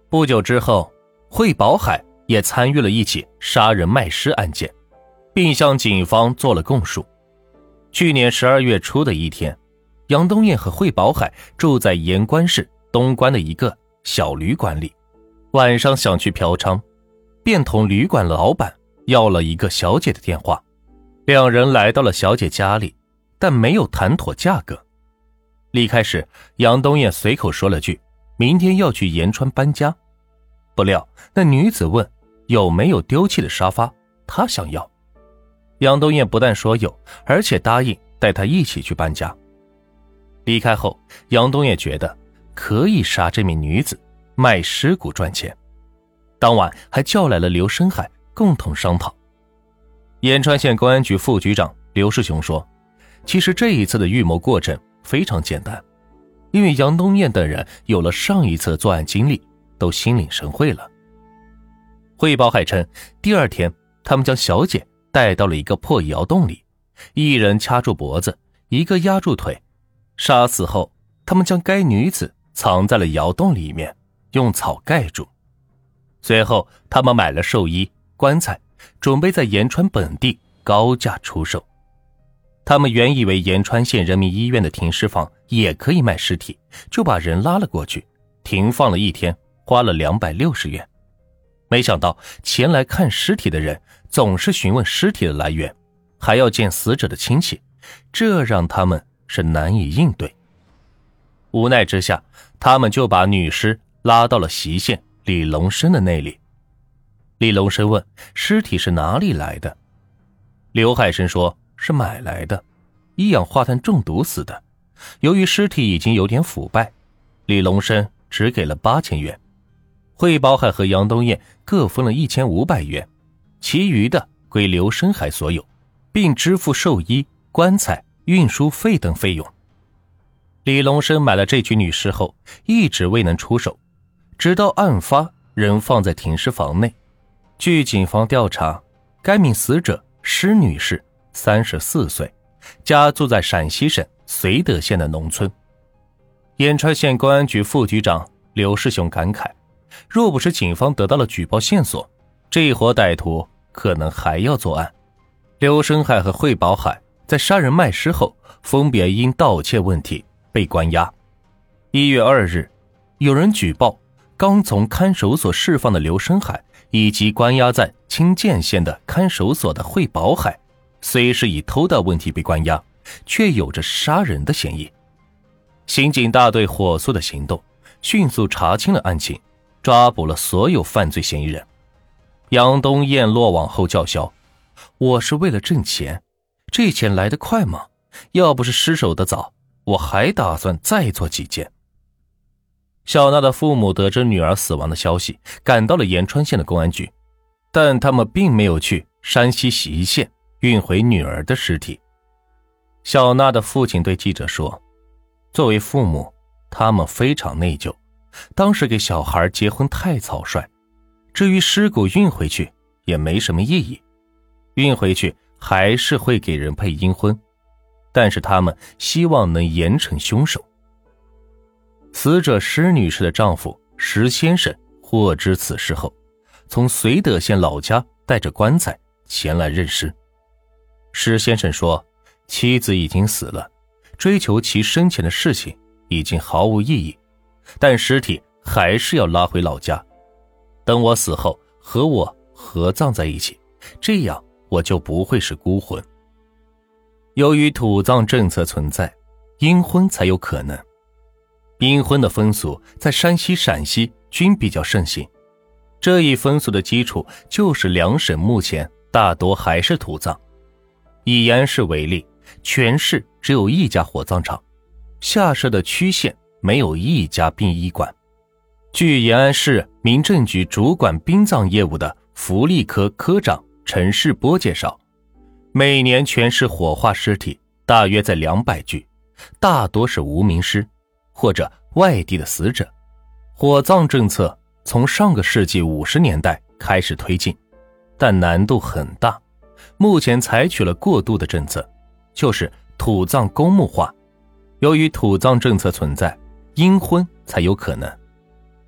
不久之后，惠宝海也参与了一起杀人卖尸案件，并向警方做了供述。去年12月初的一天，杨东艳和惠宝海住在盐官市东关的一个小旅馆里，晚上想去嫖娼，便同旅馆老板要了一个小姐的电话。两人来到了小姐家里，但没有谈妥价格。离开时，杨东艳随口说了句明天要去盐川搬家，不料那女子问有没有丢弃的沙发，她想要。杨东艳不但说有，而且答应带她一起去搬家。离开后，杨东艳觉得可以杀这名女子，卖尸骨赚钱。当晚还叫来了刘深海共同商讨。盐川县公安局副局长刘世雄说，其实这一次的预谋过程非常简单，因为杨东艳等人有了上一次作案经历，都心领神会了。惠宝海称，第二天他们将小姐带到了一个破窑洞里，一人掐住脖子，一个压住腿。杀死后，他们将该女子藏在了窑洞里面，用草盖住。随后他们买了寿衣、棺材，准备在盐川本地高价出售。他们原以为盐川县人民医院的停尸房也可以卖尸体，就把人拉了过去，停放了一天，花了260元。没想到前来看尸体的人总是询问尸体的来源，还要见死者的亲戚，这让他们是难以应对。无奈之下，他们就把女尸拉到了隰县李龙生的那里。李龙生问尸体是哪里来的，刘海生说是买来的，一氧化碳中毒死的。由于尸体已经有点腐败，李龙生只给了8000元，惠宝海和杨东艳各分了1500元，其余的归刘深海所有，并支付寿衣、棺材、运输费等费用。李龙生买了这具女尸后一直未能出手，直到案发仍放在停尸房内。据警方调查，该名死者施女士34岁，家住在陕西省绥德县的农村。盐川县公安局副局长刘世雄感慨，若不是警方得到了举报线索，这一伙歹徒可能还要作案。刘深海和惠宝海在杀人卖尸后，分别因盗窃问题被关押。1月2日，有人举报刚从看守所释放的刘深海以及关押在清涧县的看守所的惠宝海，虽是以偷盗问题被关押，却有着杀人的嫌疑。刑警大队火速的行动，迅速查清了案情，抓捕了所有犯罪嫌疑人。杨东艳落网后叫嚣，我是为了挣钱，这钱来得快吗？要不是失手的早，我还打算再做几件。小娜的父母得知女儿死亡的消息，赶到了盐川县的公安局，但他们并没有去山西隰县运回女儿的尸体。小娜的父亲对记者说，作为父母，他们非常内疚，当时给小孩结婚太草率，至于尸骨运回去也没什么意义，运回去还是会给人配阴婚，但是他们希望能严惩凶手。死者施女士的丈夫石先生获知此事后，从绥德县老家带着棺材前来认尸。石先生说，妻子已经死了，追求其生前的事情已经毫无意义，但尸体还是要拉回老家，等我死后和我合葬在一起，这样我就不会是孤魂。由于土葬政策存在，阴婚才有可能。阴婚的风俗在山西、陕西均比较盛行，这一风俗的基础就是两省目前大多还是土葬。以延安市为例，全市只有一家火葬场，下设的区县没有一家殡仪馆。据延安市民政局主管殡葬业务的福利科科长陈世波介绍，每年全市火化尸体大约在200具，大多是无名尸或者外地的死者。火葬政策从上个世纪50年代开始推进，但难度很大，目前采取了过渡的政策，就是土葬公墓化。由于土葬政策存在，阴婚才有可能。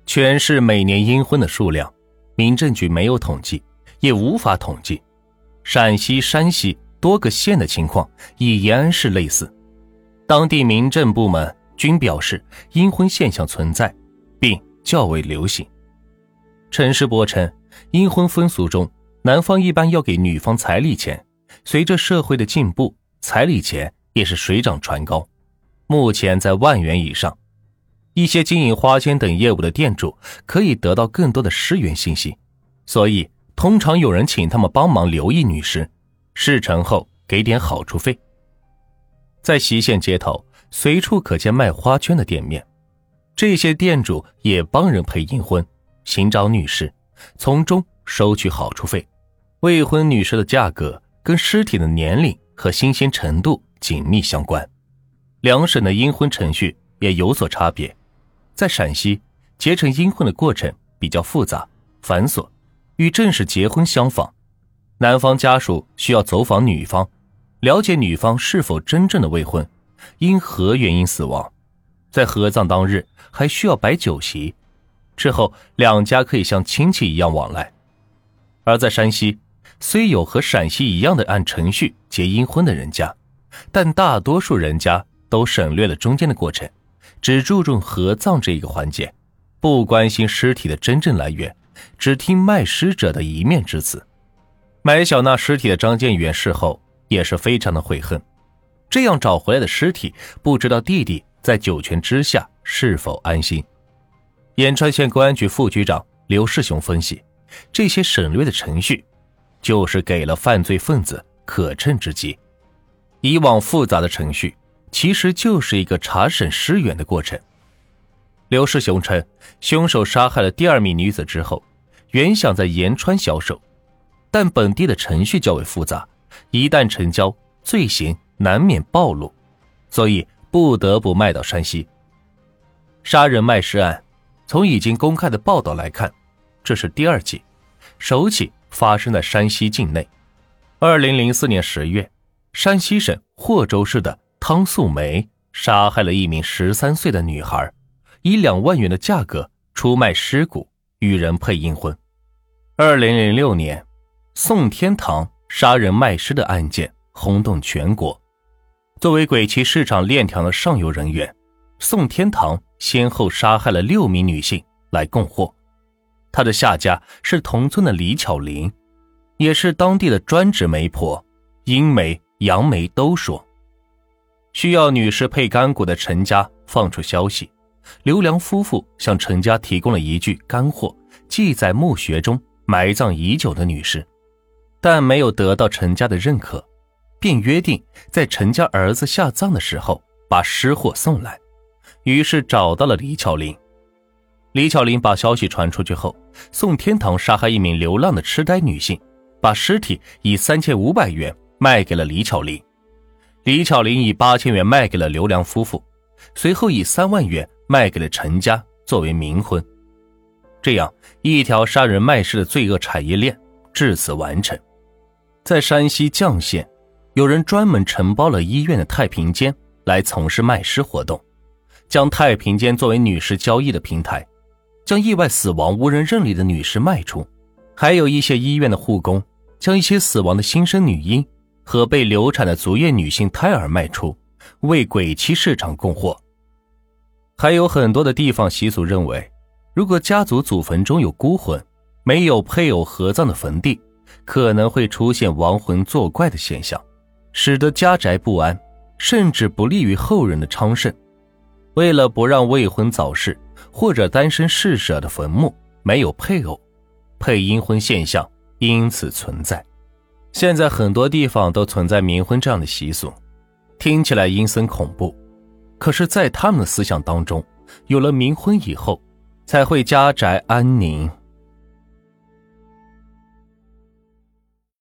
全市每年阴婚的数量，民政局没有统计，也无法统计。陕西、山西多个县的情况与延安市类似，当地民政部门均表示阴婚现象存在，并较为流行。陈世波称，阴婚风俗中，男方一般要给女方彩礼钱，随着社会的进步，彩礼钱也是水涨船高，目前在10000元以上。一些经营花间等业务的店主可以得到更多的尸源信息，所以通常有人请他们帮忙留意女尸，事成后给点好处费。在西县街头随处可见卖花圈的店面，这些店主也帮人配阴婚，寻找女尸，从中收取好处费。未婚女尸的价格跟尸体的年龄和新鲜程度紧密相关，两省的阴婚程序也有所差别。在陕西，结成阴婚的过程比较复杂繁琐，与正式结婚相仿。男方家属需要走访女方，了解女方是否真正的未婚，因何原因死亡。在合葬当日还需要摆酒席，之后两家可以像亲戚一样往来。而在山西，虽有和陕西一样的按程序结阴婚的人家，但大多数人家都省略了中间的过程，只注重合葬这一个环节，不关心尸体的真正来源，只听卖尸者的一面之词。买小娜尸体的张建元事后也是非常的悔恨，这样找回来的尸体，不知道弟弟在九泉之下是否安心。延川县公安局副局长刘世雄分析，这些省略的程序就是给了犯罪分子可乘之机。以往复杂的程序其实就是一个查审尸源的过程。刘世雄称，凶手杀害了第2名女子之后，原想在延川销售，但本地的程序较为复杂，一旦成交，罪行难免暴露，所以不得不卖到山西。杀人卖尸案从已经公开的报道来看，这是第2起，首起发生在山西境内。2004年10月，山西省霍州市的汤素梅杀害了一名13岁的女孩，以2万元的价格出卖尸骨，与人配阴婚。2006年，宋天堂杀人卖尸的案件轰动全国。作为鬼旗市场链条的上游人员，宋天堂先后杀害了6名女性来供货。他的下家是同村的李巧玲，也是当地的专职媒婆，阴媒、阳媒都说。需要女士配干骨的陈家放出消息，刘良夫妇向陈家提供了一具干货，记在墓穴中埋葬已久的女尸，但没有得到陈家的认可，便约定在陈家儿子下葬的时候把尸货送来，于是找到了李巧玲。李巧玲把消息传出去后，宋天堂杀害一名流浪的痴呆女性，把尸体以3500元卖给了李巧玲。李巧玲以8000元卖给了刘良夫妇，随后以3万元卖给了陈家作为冥婚。这样一条杀人卖尸的罪恶产业链至此完成。在山西绛县，有人专门承包了医院的太平间来从事卖尸活动，将太平间作为女尸交易的平台，将意外死亡无人认领的女尸卖出。还有一些医院的护工将一些死亡的新生女婴和被流产的足月女性胎儿卖出，为鬼妻市场供货。还有很多的地方习俗认为，如果家族祖坟中有孤魂，没有配偶合葬的坟地，可能会出现亡魂作怪的现象，使得家宅不安，甚至不利于后人的昌盛。为了不让未婚早逝或者单身逝者的坟墓没有配偶，配阴婚现象因此存在。现在很多地方都存在冥婚这样的习俗，听起来阴森恐怖，可是在他们的思想当中，有了冥婚以后才会家宅安宁，